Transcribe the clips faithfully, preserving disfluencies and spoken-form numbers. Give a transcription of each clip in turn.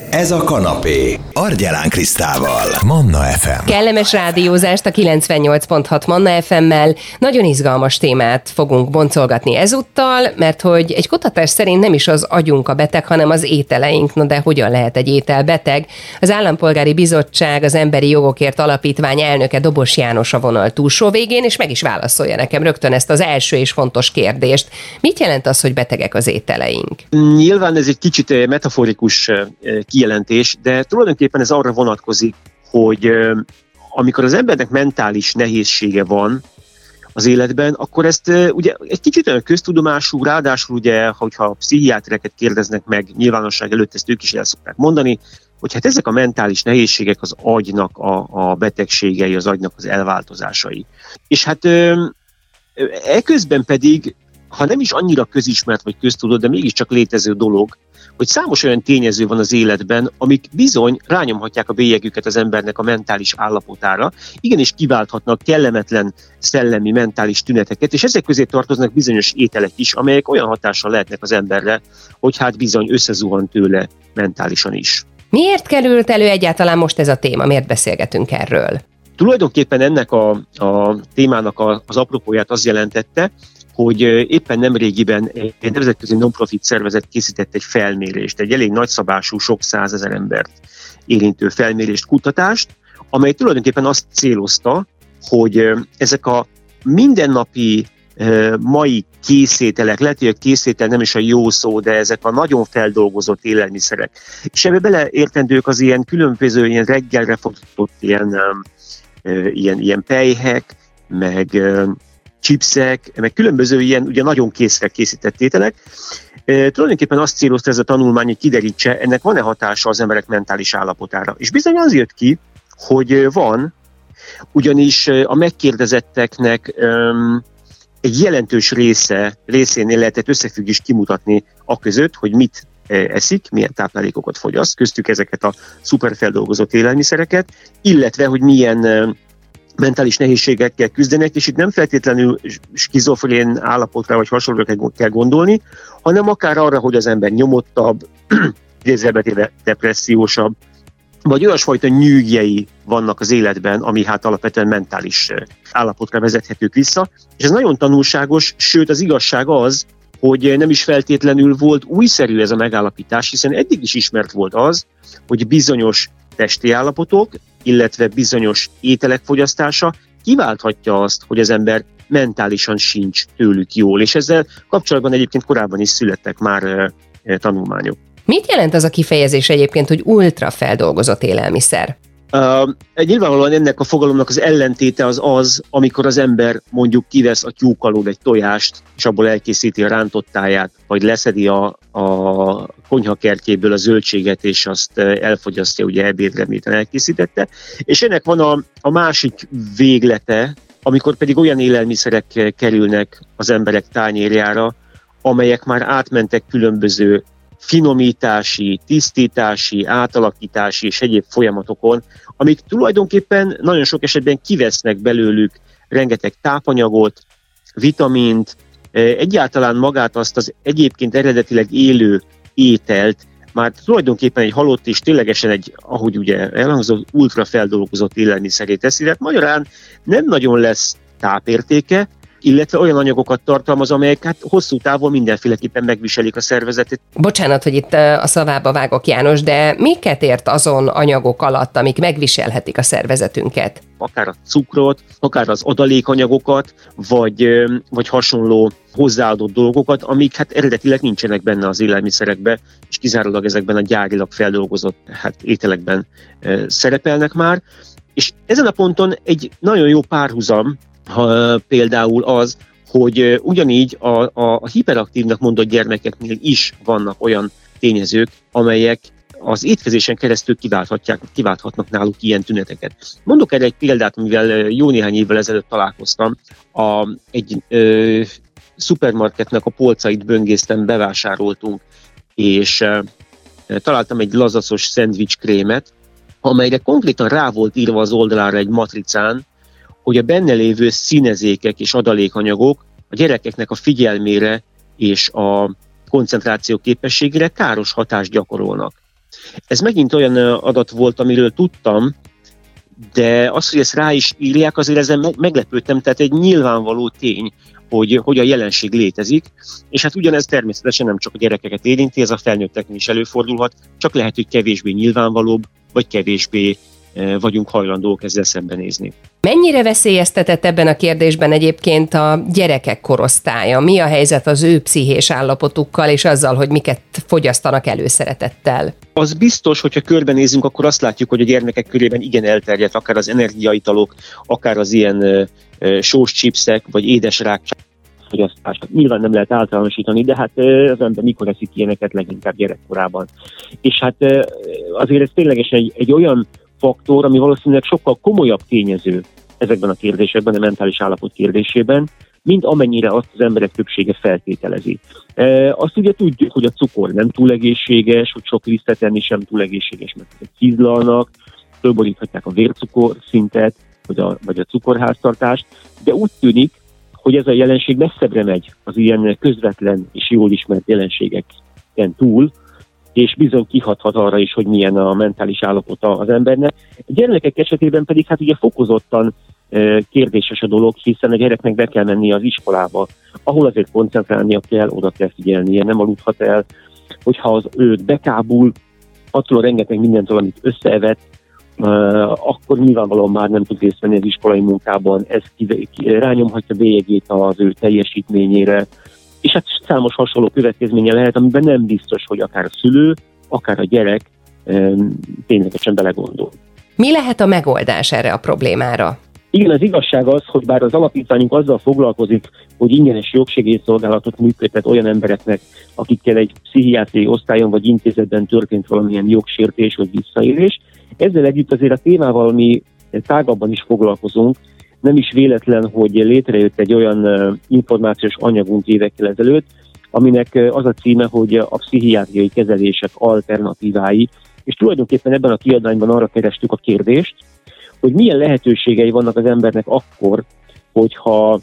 Ez a kanapé. Argyelán Krisztával. Manna ef em. Kellemes rádiózást a kilencvennyolc pont hat Manna ef emmel. Nagyon izgalmas témát fogunk boncolgatni ezúttal, mert hogy egy kutatás szerint nem is az agyunk a beteg, hanem az ételeink. No de hogyan lehet egy étel beteg? Az Állampolgári Bizottság, az Emberi Jogokért Alapítvány elnöke Dobos János a vonal túlsó végén, és meg is válaszolja nekem rögtön ezt az első és fontos kérdést. Mit jelent az, hogy betegek az ételeink? Nyilván ez egy kicsit metaforikus kijelentés, de tulajdonképpen ez arra vonatkozik, hogy amikor az embernek mentális nehézsége van az életben, akkor ezt ugye egy kicsit olyan köztudomású, ráadásul ugye, hogyha pszichiátereket kérdeznek meg, nyilvánosság előtt ezt ők is el szokták mondani, hogy hát ezek a mentális nehézségek az agynak a, a betegségei, az agynak az elváltozásai. És hát eközben pedig, ha nem is annyira közismert vagy köztudott, de mégiscsak létező dolog, hogy számos olyan tényező van az életben, amik bizony rányomhatják a bélyegüket az embernek a mentális állapotára, igenis kiválthatnak kellemetlen szellemi, mentális tüneteket, és ezek közé tartoznak bizonyos ételek is, amelyek olyan hatással lehetnek az emberre, hogy hát bizony összezuhan tőle mentálisan is. Miért került elő egyáltalán most ez a téma? Miért beszélgetünk erről? Tulajdonképpen ennek a, a témának a, az apropóját az jelentette, hogy éppen nemrégiben egy nemzetközi non-profit szervezet készített egy felmérést, egy elég nagyszabású, sok százezer embert érintő felmérést, kutatást, amely tulajdonképpen azt célozta, hogy ezek a mindennapi mai készételek, lehet, hogy a készétel nem is a jó szó, de ezek a nagyon feldolgozott élelmiszerek. És ebbe beleértendők az ilyen különböző ilyen reggelre fogyasztott ilyen, ilyen, ilyen pelyhek, meg chipsek, meg különböző ilyen ugye nagyon készre készített ételek. E, tulajdonképpen azt célozta ez a tanulmány, hogy kiderítse, ennek van-e hatása az emberek mentális állapotára. És bizony az jött ki, hogy van, ugyanis a megkérdezetteknek um, egy jelentős része, részénél lehetett összefüggést kimutatni a között, hogy mit eszik, milyen táplálékokat fogyaszt, köztük ezeket a szuperfeldolgozott élelmiszereket, illetve, hogy milyen mentális nehézségekkel küzdenek, és itt nem feltétlenül skizofrén állapotra vagy hasonlókra kell gondolni, hanem akár arra, hogy az ember nyomottabb, idézőjelben depressziósabb, vagy olyasfajta nyűgjei vannak az életben, ami hát alapvetően mentális állapotra vezethetők vissza. És ez nagyon tanulságos, sőt az igazság az, hogy nem is feltétlenül volt újszerű ez a megállapítás, hiszen eddig is ismert volt az, hogy bizonyos testi állapotok, illetve bizonyos ételek fogyasztása kiválthatja azt, hogy az ember mentálisan sincs tőlük jól. És ezzel kapcsolatban egyébként korábban is születtek már e, e, tanulmányok. Mit jelent az a kifejezés egyébként, hogy ultrafeldolgozott élelmiszer? Uh, nyilvánvalóan ennek a fogalomnak az ellentéte az az, amikor az ember mondjuk kivesz a tyúk alól egy tojást, és abból elkészíti a rántottáját, vagy leszedi a, a konyhakertjéből a zöldséget, és azt elfogyasztja ugye ebédre, miután elkészítette. És ennek van a, a másik véglete, amikor pedig olyan élelmiszerek kerülnek az emberek tányérjára, amelyek már átmentek különböző finomítási, tisztítási, átalakítási és egyéb folyamatokon, amik tulajdonképpen nagyon sok esetben kivesznek belőlük rengeteg tápanyagot, vitamint, egyáltalán magát azt az egyébként eredetileg élő ételt, már tulajdonképpen egy halott és ténylegesen egy, ahogy ugye elhangzott, ultrafeldolgozott élelmiszeré teszi, tehát magyarán nem nagyon lesz tápértéke, illetve olyan anyagokat tartalmaz, amelyek hát hosszú távon mindenféleképpen megviselik a szervezetet. Bocsánat, hogy itt a szavába vágok, János, de miket ért azon anyagok alatt, amik megviselhetik a szervezetünket? Akár a cukrot, akár az adalékanyagokat, vagy, vagy hasonló hozzáadott dolgokat, amik hát eredetileg nincsenek benne az élelmiszerekben, és kizárólag ezekben a gyárilag feldolgozott hát, ételekben e, szerepelnek már. És ezen a ponton egy nagyon jó párhuzam, ha például az, hogy ugyanígy a, a, a hiperaktívnak mondott gyermekeknél is vannak olyan tényezők, amelyek az étkezésen keresztül kiválthatják, kiválthatnak náluk ilyen tüneteket. Mondok erre egy példát, mivel jó néhány évvel ezelőtt találkoztam, a, egy ö, szupermarketnek a polcait böngésztem, bevásároltunk, és ö, találtam egy lazacos szendvicskrémet, amelyre konkrétan rá volt írva az oldalára egy matricán, hogy a benne lévő színezékek és adalékanyagok a gyerekeknek a figyelmére és a koncentráció képességére káros hatást gyakorolnak. Ez megint olyan adat volt, amiről tudtam, de az, hogy ezt rá is írják, azért ezen meglepődtem, tehát egy nyilvánvaló tény, hogy, hogy a jelenség létezik, és hát ugyanez természetesen nem csak a gyerekeket érinti, ez a felnőtteknél is előfordulhat, csak lehet, hogy kevésbé nyilvánvalóbb, vagy kevésbé vagyunk hajlandók ezzel szembenézni. Mennyire veszélyeztetett ebben a kérdésben egyébként a gyerekek korosztálya? Mi a helyzet az ő pszichés állapotukkal, és azzal, hogy miket fogyasztanak előszeretettel? Az biztos, hogyha körbenézünk, akkor azt látjuk, hogy a gyermekek körében igen elterjedt, akár az energiaitalok, akár az ilyen uh, sós chipsek, vagy édesrák fogyasztását. Nyilván nem lehet általánosítani, de hát uh, az ember mikor eszik ilyeneket, leginkább gyerekkorában. És hát uh, azért ez ténylegesen egy, egy olyan faktor, ami valószínűleg sokkal komolyabb tényező ezekben a kérdésekben, a mentális állapot kérdésében, mint amennyire azt az emberek többsége feltételezi. E, azt ugye tudjuk, hogy a cukor nem túl egészséges, hogy sok lisztet enni sem túl egészséges, mert ezek hízlalnak, fölboríthatják a vércukor szintet, vagy a, vagy a cukorháztartást, de úgy tűnik, hogy ez a jelenség messzebbre megy az ilyen közvetlen és jól ismert jelenségeken túl, és bizony kihathat arra is, hogy milyen a mentális állapota az embernek. A gyermekek esetében pedig hát ugye fokozottan e, kérdéses a dolog, hiszen a gyereknek be kell mennie az iskolába, ahol azért koncentrálnia kell, oda kell figyelnie, nem aludhat el, hogyha az őt bekábul, attól a rengeteg mindentől, amit összeevett, e, akkor nyilvánvalóan már nem tud részt venni az iskolai munkában, ez ki, ki, rányomhatja bélyegét az ő teljesítményére, és hát számos hasonló következménye lehet, amiben nem biztos, hogy akár a szülő, akár a gyerek um, ténylegesen belegondol. Mi lehet a megoldás erre a problémára? Igen, az igazság az, hogy bár az alapítványunk azzal foglalkozik, hogy ingyenes jogsegélyszolgálatot működtet olyan embereknek, akikkel egy pszichiátriai osztályon vagy intézetben történt valamilyen jogsértés vagy visszaélés, ezzel együtt azért a témával mi tágabban is foglalkozunk. Nem is véletlen, hogy létrejött egy olyan információs anyagunk évekkel ezelőtt, aminek az a címe, hogy a pszichiátriai kezelések alternatívái, és tulajdonképpen ebben a kiadványban arra kerestük a kérdést, hogy milyen lehetőségei vannak az embernek akkor, hogyha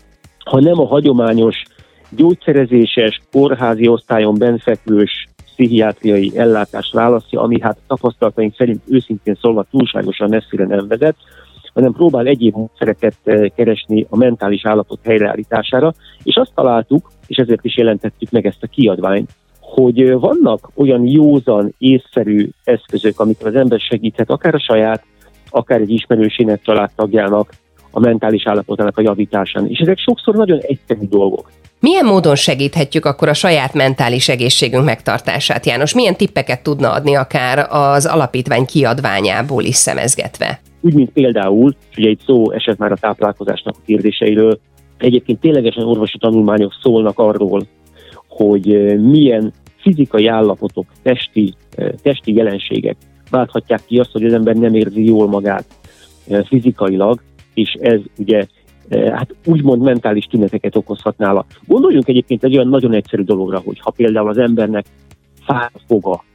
ha nem a hagyományos gyógyszerezéses, kórházi osztályon benfekvős pszichiátriai ellátást választja, ami hát tapasztalataink szerint őszintén szólva túlságosan messzire nem vezet, hanem próbál egyéb módszereket keresni a mentális állapot helyreállítására, és azt találtuk, és ezért is jelentettük meg ezt a kiadványt, hogy vannak olyan józan, észszerű eszközök, amikkel az ember segíthet, akár a saját, akár egy ismerősének, családtagjának a mentális állapotának a javításán. És ezek sokszor nagyon egyszerű dolgok. Milyen módon segíthetjük akkor a saját mentális egészségünk megtartását, János? Milyen tippeket tudna adni akár az alapítvány kiadványából is szemezgetve? Úgy, mint például, és ugye egy szó esett már a táplálkozásnak a kérdéseiről, egyébként ténylegesen orvosi tanulmányok szólnak arról, hogy milyen fizikai állapotok, testi, testi jelenségek válthatják ki azt, hogy az ember nem érzi jól magát fizikailag, és ez ugye hát úgymond mentális tüneteket okozhat nála. Gondoljunk egyébként egy olyan nagyon egyszerű dologra, hogy ha például az embernek fáj a foga,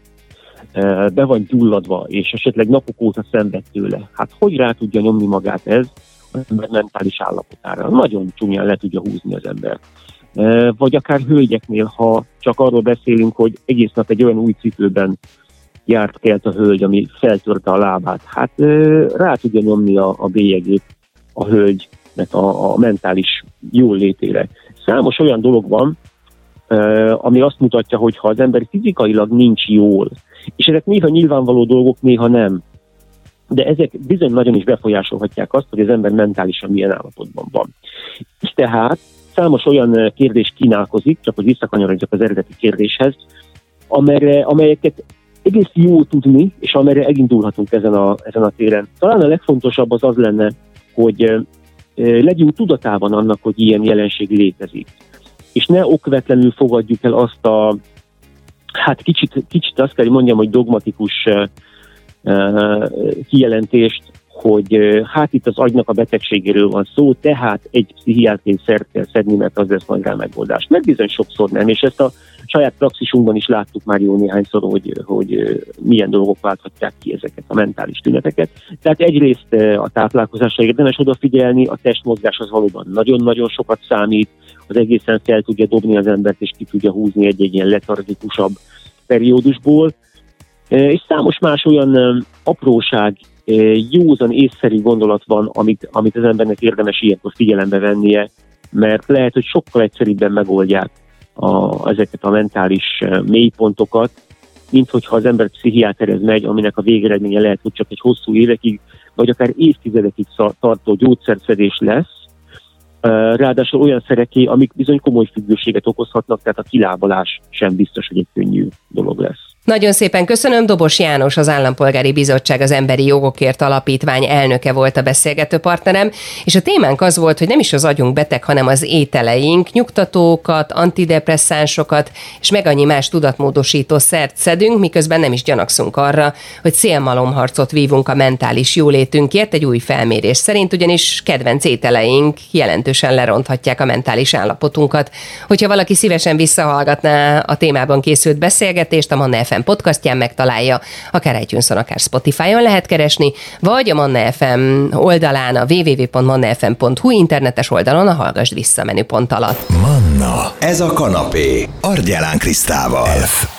be van gyulladva, és esetleg napok óta szenved tőle, hát hogy rá tudja nyomni magát ez az ember mentális állapotára? Nagyon csúnyán le tudja húzni az ember. Vagy akár hölgyeknél, ha csak arról beszélünk, hogy egész nap egy olyan új cipőben járt kelt a hölgy, ami feltörte a lábát, hát rá tudja nyomni a, a bélyegét a hölgynek a, a mentális jól létére. Számos olyan dolog van, ami azt mutatja, hogy ha az ember fizikailag nincs jól, és ezek néha nyilvánvaló dolgok, néha nem, de ezek bizony nagyon is befolyásolhatják azt, hogy az ember mentálisan milyen állapotban van. És tehát számos olyan kérdés kínálkozik, csak hogy visszakanyarodjak az eredeti kérdéshez, amelyre, amelyeket egész jó tudni, és amelyre elindulhatunk ezen a, ezen a téren. Talán a legfontosabb az az lenne, hogy e, legyünk tudatában annak, hogy ilyen jelenség létezik. És ne okvetlenül fogadjuk el azt a, hát kicsit, kicsit azt kell, hogy mondjam, hogy dogmatikus e, e, kijelentést, hogy hát itt az agynak a betegségéről van szó, tehát egy pszichiátriai szert kell szedni, mert az lesz majd rá megoldás. Mert bizony sokszor nem, és ezt a saját praxisunkban is láttuk már jó néhányszor, hogy, hogy milyen dolgok válthatják ki ezeket a mentális tüneteket. Tehát egyrészt a táplálkozásra érdemes odafigyelni, a testmozgás az valóban nagyon-nagyon sokat számít, az egészen fel tudja dobni az embert, és ki tudja húzni egy-egy ilyen letargikusabb periódusból. És számos más olyan apróság, józan észszerű gondolat van, amit, amit az embernek érdemes ilyenkor figyelembe vennie, mert lehet, hogy sokkal egyszerűbben megoldják a, ezeket a mentális mélypontokat, mint hogyha az ember pszichiáterhez megy, aminek a végeredménye lehet, hogy csak egy hosszú évekig, vagy akár évtizedekig tartó gyógyszerszedés lesz, ráadásul olyan szereké, amik bizony komoly függőséget okozhatnak, tehát a kilábalás sem biztos, hogy egy könnyű dolog lesz. Nagyon szépen köszönöm. Dobos János, az Állampolgári Bizottság az Emberi Jogokért Alapítvány elnöke volt a beszélgető partnerem, és a témánk az volt, hogy nem is az agyunk beteg, hanem az ételeink, nyugtatókat, antidepresszánsokat és meg annyi más tudatmódosító szert szedünk, miközben nem is gyanakszunk arra, hogy szélmalomharcot vívunk a mentális jólétünkért egy új felmérés szerint, ugyanis kedvenc ételeink jelentősen leronthatják a mentális állapotunkat. Hogyha valaki szívesen visszahallgatná a témában készült beszélgetést, a Manna ef em podcastján megtalálja, akár iTunes-on, akár Spotify-on lehet keresni, vagy a Manna ef em oldalán, a double-u double-u double-u pont manna f m pont h u internetes oldalon a Hallgasd vissza menüpont alatt. Manna, ez a kanapé, Argyelán Krisztával. F.